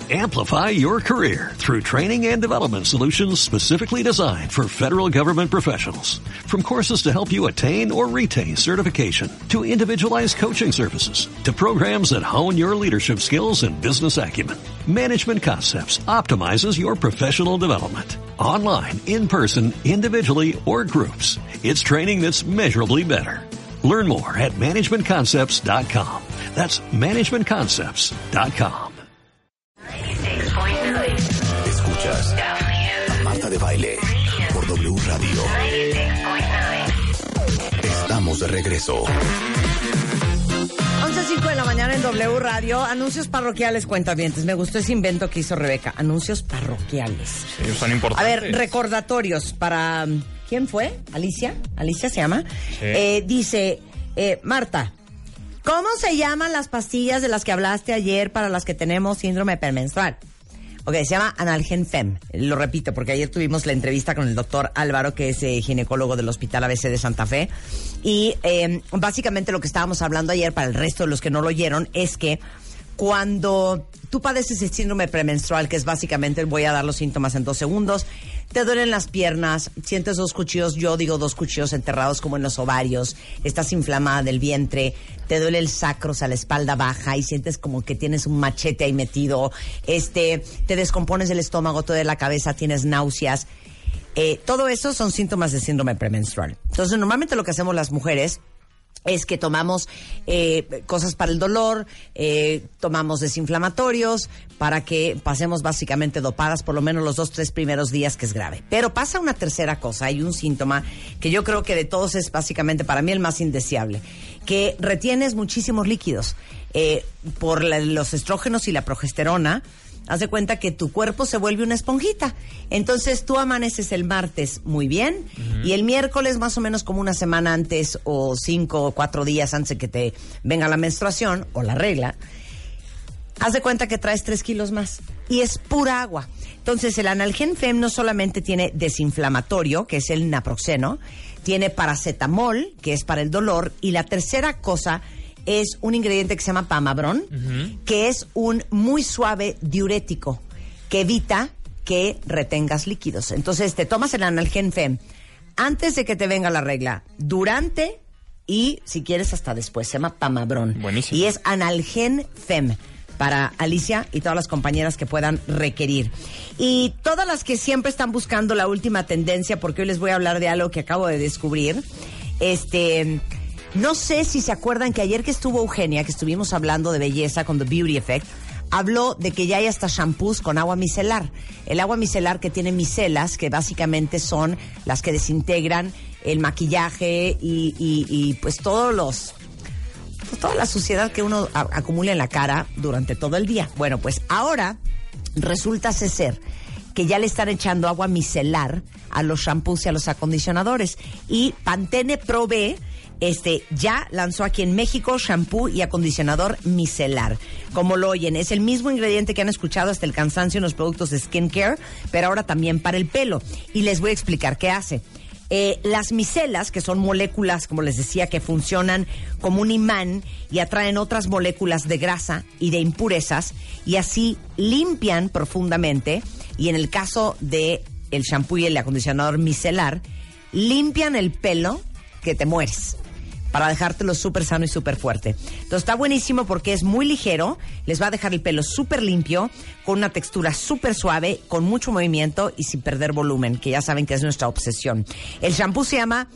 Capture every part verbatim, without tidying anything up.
Amplify your career through training and development solutions specifically designed for federal government professionals. From courses to help you attain or retain certification, to individualized coaching services, to programs that hone your leadership skills and business acumen, Management Concepts optimizes your professional development. Online, in person, individually, or groups, it's training that's measurably better. Learn more at management concepts dot com. That's management concepts dot com. Escuchas a Marta de Baile por W Radio. Estamos de regreso. once cinco de la mañana en W Radio. Anuncios parroquiales, cuentavientes. Me gustó ese invento que hizo Rebeca. Anuncios parroquiales. Sí, son importantes. A ver, recordatorios para... ¿Quién fue? ¿Alicia? ¿Alicia se llama? Sí. Eh, dice, eh, Marta, ¿cómo se llaman las pastillas de las que hablaste ayer para las que tenemos síndrome premenstrual? Ok, se llama Analgen Fem. Lo repito, porque ayer tuvimos la entrevista con el doctor Álvaro, que es eh, ginecólogo del Hospital A B C de Santa Fe. Y eh, básicamente lo que estábamos hablando ayer, para el resto de los que no lo oyeron, es que cuando tú padeces el síndrome premenstrual, que es básicamente, voy a dar los síntomas en dos segundos, te duelen las piernas, sientes dos cuchillos, yo digo dos cuchillos enterrados como en los ovarios, estás inflamada del vientre, te duele el sacro, o sea, la espalda baja, y sientes como que tienes un machete ahí metido, este, te descompones el estómago, te duele la cabeza, tienes náuseas. Eh, todo eso son síntomas de síndrome premenstrual. Entonces, normalmente lo que hacemos las mujeres es que tomamos eh, cosas para el dolor, eh, tomamos desinflamatorios para que pasemos básicamente dopadas por lo menos los dos, tres primeros días, que es grave. Pero pasa una tercera cosa, hay un síntoma que yo creo que de todos es básicamente para mí el más indeseable, que retienes muchísimos líquidos eh, por la, los estrógenos y la progesterona. Haz de cuenta que tu cuerpo se vuelve una esponjita. Entonces tú amaneces el martes muy bien, uh-huh, y el miércoles, más o menos como una semana antes o cinco o cuatro días antes de que te venga la menstruación o la regla, haz de cuenta que traes tres kilos más. Y es pura agua. Entonces el Analgen Fem no solamente tiene desinflamatorio, que es el naproxeno, tiene paracetamol, que es para el dolor, y la tercera cosa es un ingrediente que se llama pamabrón, uh-huh, que es un muy suave diurético que evita que retengas líquidos. Entonces te tomas el Analgen Fem antes de que te venga la regla, durante y, si quieres, hasta después. Se llama pamabrón. Buenísimo. Y es Analgen Fem para Alicia y todas las compañeras que puedan requerir. Y todas las que siempre están buscando la última tendencia, porque hoy les voy a hablar de algo que acabo de descubrir. Este... No sé si se acuerdan que ayer que estuvo Eugenia, que estuvimos hablando de belleza con The Beauty Effect, habló de que ya hay hasta shampoos con agua micelar. El agua micelar que tiene micelas, que básicamente son las que desintegran el maquillaje y, y, y pues todos los... Pues toda la suciedad que uno a, acumula en la cara durante todo el día. Bueno, pues ahora resulta ser que ya le están echando agua micelar a los shampoos y a los acondicionadores. Y Pantene Pro B... Este, ya lanzó aquí en México shampoo y acondicionador micelar. Como lo oyen, es el mismo ingrediente que han escuchado hasta el cansancio en los productos de skincare, pero ahora también para el pelo. Y les voy a explicar qué hace. Eh, las micelas, que son moléculas, como les decía, que funcionan como un imán y atraen otras moléculas de grasa y de impurezas, y así limpian profundamente. Y en el caso de el shampoo y el acondicionador micelar, limpian el pelo que te mueres, para dejártelo súper sano y súper fuerte. Entonces está buenísimo porque es muy ligero, les va a dejar el pelo súper limpio, con una textura súper suave, con mucho movimiento y sin perder volumen, que ya saben que es nuestra obsesión. El shampoo se llama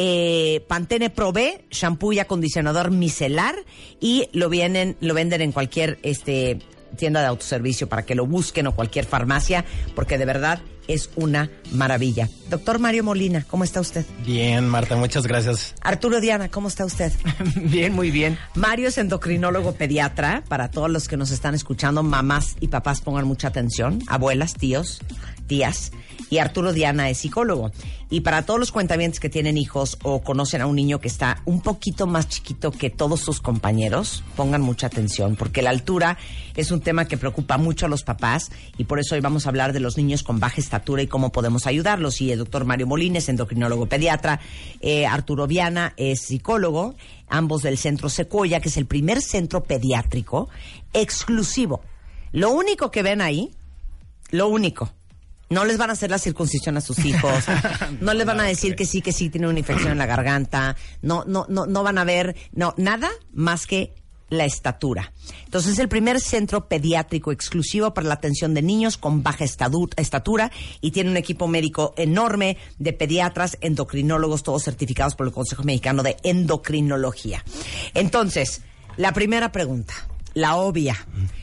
eh, Pantene Pro B, shampoo y acondicionador micelar, y lo vienen, lo venden en cualquier este tienda de autoservicio para que lo busquen, o cualquier farmacia, porque de verdad es una maravilla. Doctor Mario Molina, ¿cómo está usted? Bien, Marta, muchas gracias. Arturo Diana, ¿cómo está usted? Bien, muy bien. Mario es endocrinólogo pediatra. Para todos los que nos están escuchando, mamás y papás, pongan mucha atención, abuelas, tíos, tías. Y Arturo Diana es psicólogo. Y para todos los cuentavientes que tienen hijos o conocen a un niño que está un poquito más chiquito que todos sus compañeros, pongan mucha atención, porque la altura es un tema que preocupa mucho a los papás, y por eso hoy vamos a hablar de los niños con baja estatura y cómo podemos ayudarlos. Y el doctor Mario Molina es endocrinólogo pediatra, eh, Arturo Viana es psicólogo, ambos del Centro Sequoia, que es el primer centro pediátrico exclusivo Lo único que ven ahí, lo único, no les van a hacer la circuncisión a sus hijos, no les van a decir que sí, que sí tienen una infección en la garganta, no, no, no, no van a ver, no, nada más que la estatura. Entonces, es el primer centro pediátrico exclusivo para la atención de niños con baja estatura y tiene un equipo médico enorme de pediatras, endocrinólogos, todos certificados por el Consejo Mexicano de Endocrinología. Entonces, la primera pregunta, la obvia.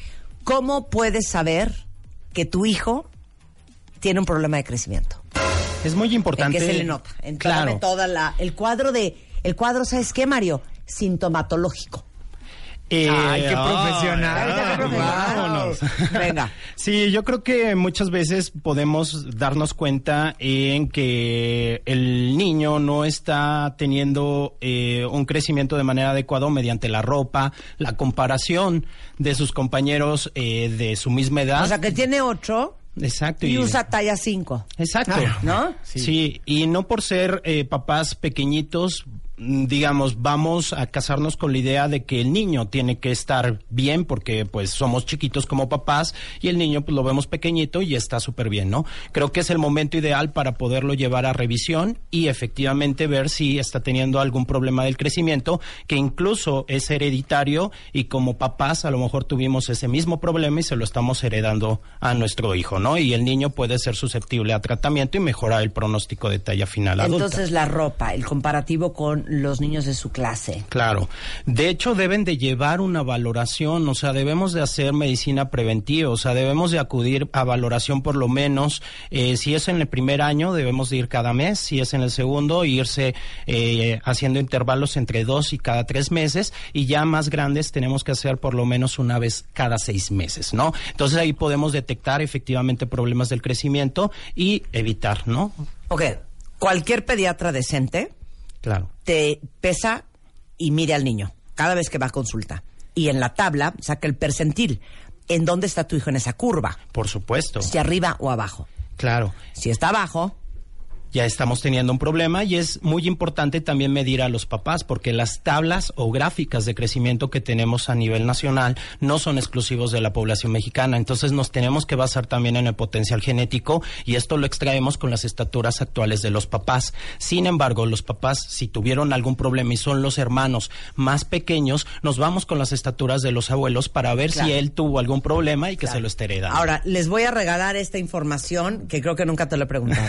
¿Cómo puedes saber que tu hijo tiene un problema de crecimiento? Es muy importante. ¿En qué se le nota? En claro. toda la, el cuadro de, el cuadro, ¿sabes qué, Mario? Sintomatológico. Eh, ¡Ay, qué oh, profesional! Ah, qué profesional. vámonos. Venga. Sí, yo creo que muchas veces podemos darnos cuenta en que el niño no está teniendo eh, un crecimiento de manera adecuada mediante la ropa, la comparación de sus compañeros eh, de su misma edad. O sea, que tiene ocho... Exacto. Y, y usa talla cinco. Exacto. ¿No? Sí. sí, y no por ser eh, papás pequeñitos, digamos, vamos a casarnos con la idea de que el niño tiene que estar bien porque pues somos chiquitos como papás y el niño pues lo vemos pequeñito y está súper bien, ¿no? Creo que es el momento ideal para poderlo llevar a revisión y efectivamente ver si está teniendo algún problema del crecimiento que incluso es hereditario y como papás a lo mejor tuvimos ese mismo problema y se lo estamos heredando a nuestro hijo, ¿no? Y el niño puede ser susceptible a tratamiento y mejorar el pronóstico de talla final adulta. Entonces la ropa, el comparativo con los niños de su clase. Claro. De hecho, deben de llevar una valoración, o sea, debemos de hacer medicina preventiva, o sea, debemos de acudir a valoración por lo menos, eh, si es en el primer año, debemos de ir cada mes, si es en el segundo, irse eh, haciendo intervalos entre dos y cada tres meses, y ya más grandes tenemos que hacer por lo menos una vez cada seis meses, ¿no? Entonces ahí podemos detectar efectivamente problemas del crecimiento y evitar, ¿no? Ok, cualquier pediatra decente Claro. te pesa y mire al niño cada vez que va a consulta. Y en la tabla saca el percentil. ¿En dónde está tu hijo en esa curva? Por supuesto. Si arriba o abajo. Claro. Si está abajo, ya estamos teniendo un problema y es muy importante también medir a los papás porque las tablas o gráficas de crecimiento que tenemos a nivel nacional no son exclusivos de la población mexicana, entonces nos tenemos que basar también en el potencial genético y esto lo extraemos con las estaturas actuales de los papás. Sin embargo, los papás, si tuvieron algún problema y son los hermanos más pequeños, nos vamos con las estaturas de los abuelos para ver claro. si él tuvo algún problema y que claro. se lo esté heredando. Ahora, les voy a regalar esta información que creo que nunca te lo he preguntado.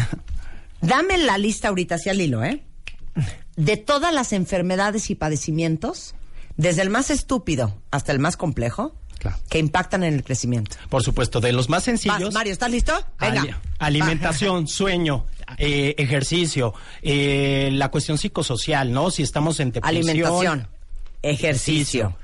Dame la lista ahorita, hacia el hilo, ¿eh? De todas las enfermedades y padecimientos, desde el más estúpido hasta el más complejo, claro. que impactan en el crecimiento. Por supuesto, de los más sencillos... Vas, Mario, ¿estás listo? Venga. Ali- alimentación, sueño, eh, ejercicio, eh, la cuestión psicosocial, ¿no? Si estamos en depresión... Alimentación, ejercicio... ejercicio.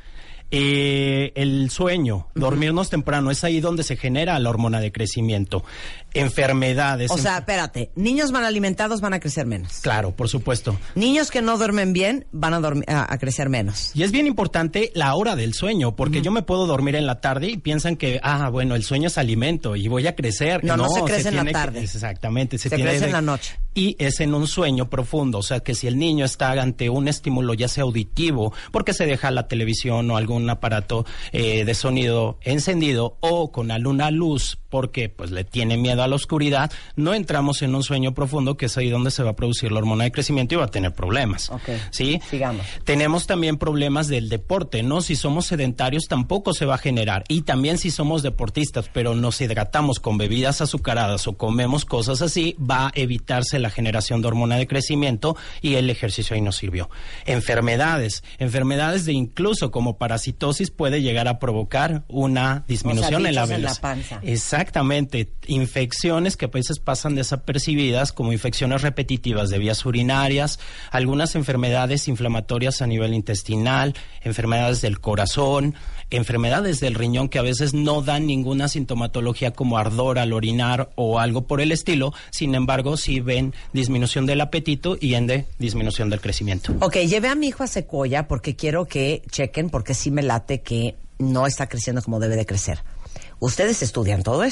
Eh, el sueño, uh-huh. dormirnos temprano, es ahí donde se genera la hormona de crecimiento. Enfermedades. O sea, espérate, niños mal alimentados van a crecer menos. Claro, por supuesto. Niños que no duermen bien van a, dormir, a, a crecer menos. Y es bien importante la hora del sueño, porque uh-huh. yo me puedo dormir en la tarde y piensan que, ah, bueno, el sueño es alimento y voy a crecer. No, no, no se crece se en la tarde. Que, exactamente. Se, se tiene crece de, en la noche. Y es en un sueño profundo, o sea, que si el niño está ante un estímulo, ya sea auditivo, porque se deja la televisión o algún un aparato eh, de sonido encendido o con alguna luz porque pues le tiene miedo a la oscuridad, no entramos en un sueño profundo que es ahí donde se va a producir la hormona de crecimiento y va a tener problemas. Okay. ¿Sí? Sigamos. Tenemos también problemas del deporte, ¿no? Si somos sedentarios tampoco se va a generar y también si somos deportistas pero nos hidratamos con bebidas azucaradas o comemos cosas así, va a evitarse la generación de hormona de crecimiento y el ejercicio ahí nos sirvió. Enfermedades, enfermedades de incluso como parasitosis puede llegar a provocar una disminución o sea, en la en la velocidad. panza. Exactamente. Infecciones que a veces pasan desapercibidas, como infecciones repetitivas de vías urinarias, algunas enfermedades inflamatorias a nivel intestinal, enfermedades del corazón, enfermedades del riñón que a veces no dan ninguna sintomatología como ardor al orinar o algo por el estilo, sin embargo sí ven disminución del apetito y ende disminución del crecimiento. Ok, llevé a mi hijo a Sequoia porque quiero que chequen, porque sí me late que no está creciendo como debe de crecer. Ustedes estudian todo eso. Por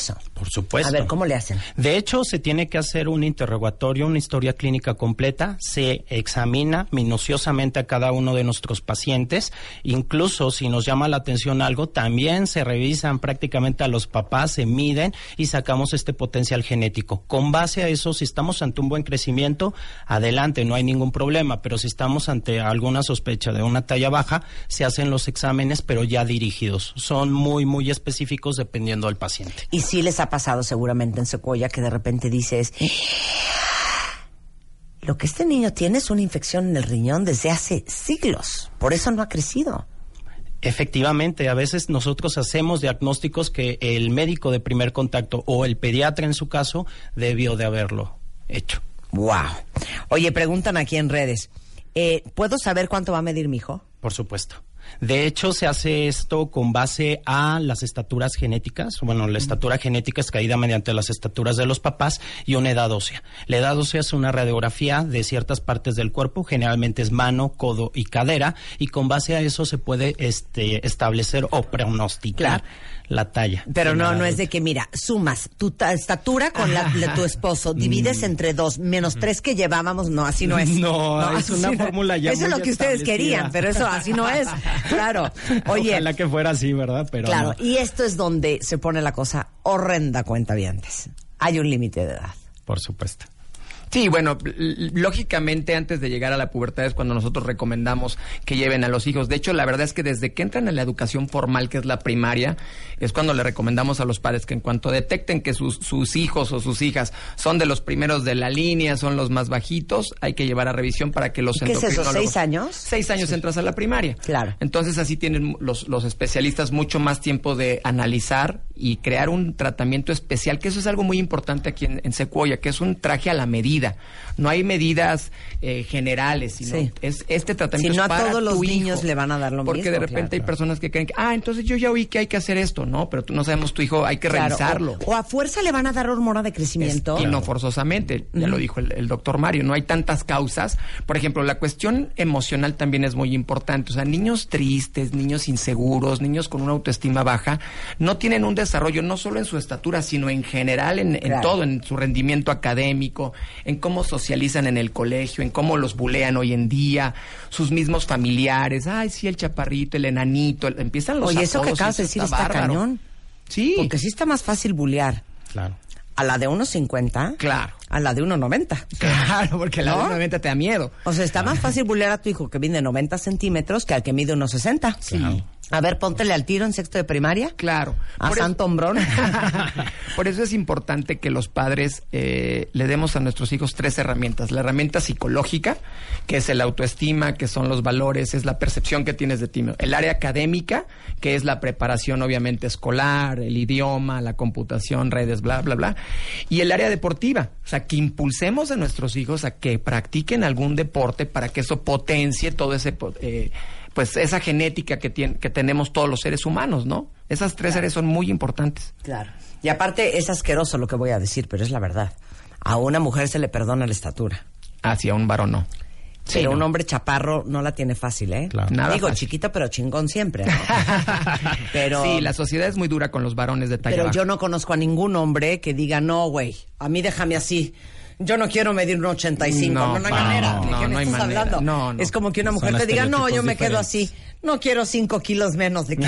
Por supuesto. A ver, ¿cómo le hacen? De hecho, se tiene que hacer un interrogatorio, una historia clínica completa, se examina minuciosamente a cada uno de nuestros pacientes, incluso si nos llama la atención algo, también se revisan prácticamente a los papás, se miden y sacamos este potencial genético. Con base a eso, si estamos ante un buen crecimiento, adelante, no hay ningún problema, pero si estamos ante alguna sospecha de una talla baja, se hacen los exámenes, pero ya dirigidos. Son muy, muy específicos dependiendo del paciente. Y sí les ha pasado seguramente en Sequoia que de repente dices, lo que este niño tiene es una infección en el riñón desde hace siglos, por eso no ha crecido. Efectivamente, a veces nosotros hacemos diagnósticos que el médico de primer contacto o el pediatra en su caso debió de haberlo hecho. Wow. Oye, preguntan aquí en redes, eh, ¿puedo saber cuánto va a medir mi hijo? Por supuesto. De hecho, se hace esto con base a las estaturas genéticas. Bueno, la estatura genética es caída mediante las estaturas de los papás y una edad ósea. La edad ósea es una radiografía de ciertas partes del cuerpo, generalmente es mano, codo y cadera, y con base a eso se puede este, establecer o pronosticar claro. la talla. Pero no, no es de que, mira, sumas tu ta- estatura con la de tu esposo, divides entre dos, menos tres que llevábamos, no, así no es. No, no es una fórmula ya eso es lo que ustedes querían, pero eso así no es. Claro. Oye. Ojalá que fuera así, ¿verdad? Pero claro, no. Y esto es donde se pone la cosa horrenda, cuentavientes. Hay un límite de edad. Por supuesto. Sí, bueno, lógicamente antes de llegar a la pubertad es cuando nosotros recomendamos que lleven a los hijos. De hecho, la verdad es que desde que entran en la educación formal, que es la primaria, es cuando le recomendamos a los padres que en cuanto detecten que sus, sus hijos o sus hijas son de los primeros de la línea, son los más bajitos, hay que llevar a revisión para que los ¿Qué es eso, endocrinólogos... seis años? Seis años sí. entras a la primaria. Claro. Entonces así tienen los, los especialistas mucho más tiempo de analizar y crear un tratamiento especial, que eso es algo muy importante aquí en, en Sequoia, que es un traje a la medida. No hay medidas eh, generales, sino sí. es este tratamiento si no es para a todos los tu niños hijo, le van a dar lo porque mismo. Porque de repente claro, hay personas que creen que, ah, entonces yo ya oí que hay que hacer esto, ¿no? Pero tú no sabemos tu hijo, hay que claro, revisarlo. O, o a fuerza le van a dar hormona de crecimiento. Es, y no forzosamente, ya uh-huh. lo dijo el, el doctor Mario, no hay tantas causas. Por ejemplo, la cuestión emocional también es muy importante. O sea, niños tristes, niños inseguros, niños con una autoestima baja, no tienen un desarrollo no solo en su estatura, sino en general, en, claro. en todo, en su rendimiento académico, en cómo socializan en el colegio, en cómo los bulean hoy en día, sus mismos familiares, ay, sí, el chaparrito, el enanito, el, empiezan los Oye, apodos, eso que acabas de decir está, está cañón. Sí. Porque sí está más fácil bulear. Claro. A la de uno cincuenta. Claro. A la de uno noventa. Claro, porque la ¿no? de uno noventa te da miedo. O sea, está más fácil bulear a tu hijo que mide noventa centímetros que al que mide uno sesenta. Sí. Claro. A ver, póntele al tiro en sexto de primaria. Claro. A Por Santo eso... Hombrón. Por eso es importante que los padres eh, le demos a nuestros hijos tres herramientas. La herramienta psicológica, que es el autoestima, que son los valores, es la percepción que tienes de ti. El área académica, que es la preparación obviamente escolar, el idioma, la computación, redes, bla, bla, bla. Y el área deportiva, o sea, que impulsemos a nuestros hijos a que practiquen algún deporte para que eso potencie todo ese... Eh, pues esa genética que, tiene, que tenemos todos los seres humanos, ¿no? Esas tres claro. áreas son muy importantes. Claro. Y aparte es asqueroso lo que voy a decir, pero es la verdad. A una mujer se le perdona la estatura. Ah, sí, a un varón no. Sí, pero no. Un hombre chaparro no la tiene fácil, ¿eh? Claro. Nada Digo, fácil. Chiquito pero chingón siempre, ¿no? Pero sí, la sociedad es muy dura con los varones de talla Pero baja. yo no conozco a ningún hombre que diga, no, güey, a mí déjame así. Yo no quiero medir un ochenta y cinco, no, no, no hay manera. ¿De no, qué me no estás manera. hablando? No, no. Es como que una mujer Son te diga, no, yo me diferentes. quedo así. No quiero cinco kilos menos de que...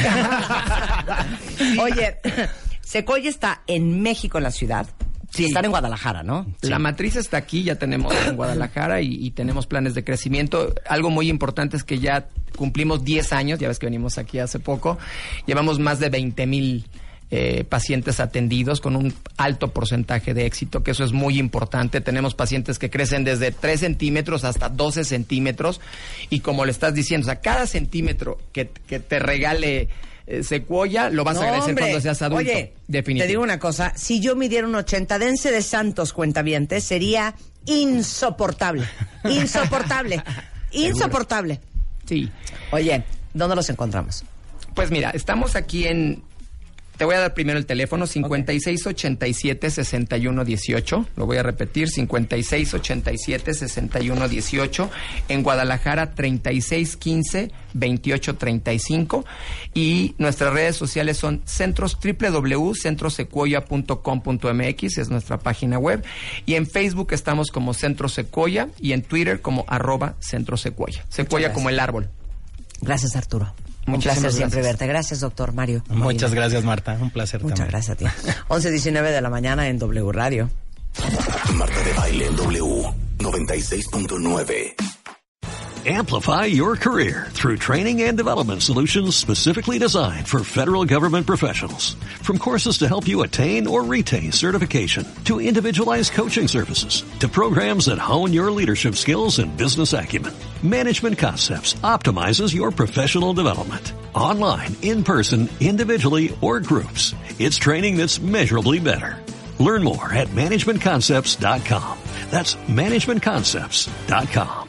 Oye, Sequoia está en México, en la ciudad. Sí. Están en Guadalajara, ¿no? Sí. La matriz está aquí, ya tenemos en Guadalajara y, y tenemos planes de crecimiento. Algo muy importante es que ya cumplimos diez años, ya ves que venimos aquí hace poco. Llevamos más de veinte mil eh, pacientes atendidos con un alto porcentaje de éxito, que eso es muy importante. Tenemos pacientes que crecen desde tres centímetros hasta doce centímetros y como le estás diciendo, o sea, cada centímetro que, que te regale... Eh, Sequoia, lo vas no, a agradecer hombre. cuando seas adulto. Oye, definitivamente. Te digo una cosa, si yo midiera un ochenta, dense de santos cuentavientes, sería insoportable. Insoportable. Insoportable. Sí. Oye, ¿dónde los encontramos? Pues mira, estamos aquí en Te voy a dar primero el teléfono, cincuenta y seis ochenta y siete sesenta y uno dieciocho. Lo voy a repetir, cincuenta y seis ochenta y siete sesenta y uno dieciocho. En Guadalajara, treinta y seis quince veintiocho treinta y cinco. Y nuestras redes sociales son centros w w w punto centro secuoya punto com punto m x, es nuestra página web. Y en Facebook estamos como Centro Secuoya y en Twitter como arroba Centro Secuoya. Secuoya como el árbol. Gracias, Arturo. Un Muchísimas placer siempre gracias. verte. Gracias, doctor Mario. Muchas Molina. gracias, Marta. Un placer Muchas también. gracias a ti. once diecinueve de la mañana en W Radio. Marta de Baile en W noventa y seis punto nueve. Amplify your career through training and development solutions specifically designed for federal government professionals. From courses to help you attain or retain certification, to individualized coaching services, to programs that hone your leadership skills and business acumen, Management Concepts optimizes your professional development. Online, in person, individually, or groups, it's training that's measurably better. Learn more at management concepts dot com. That's management concepts dot com.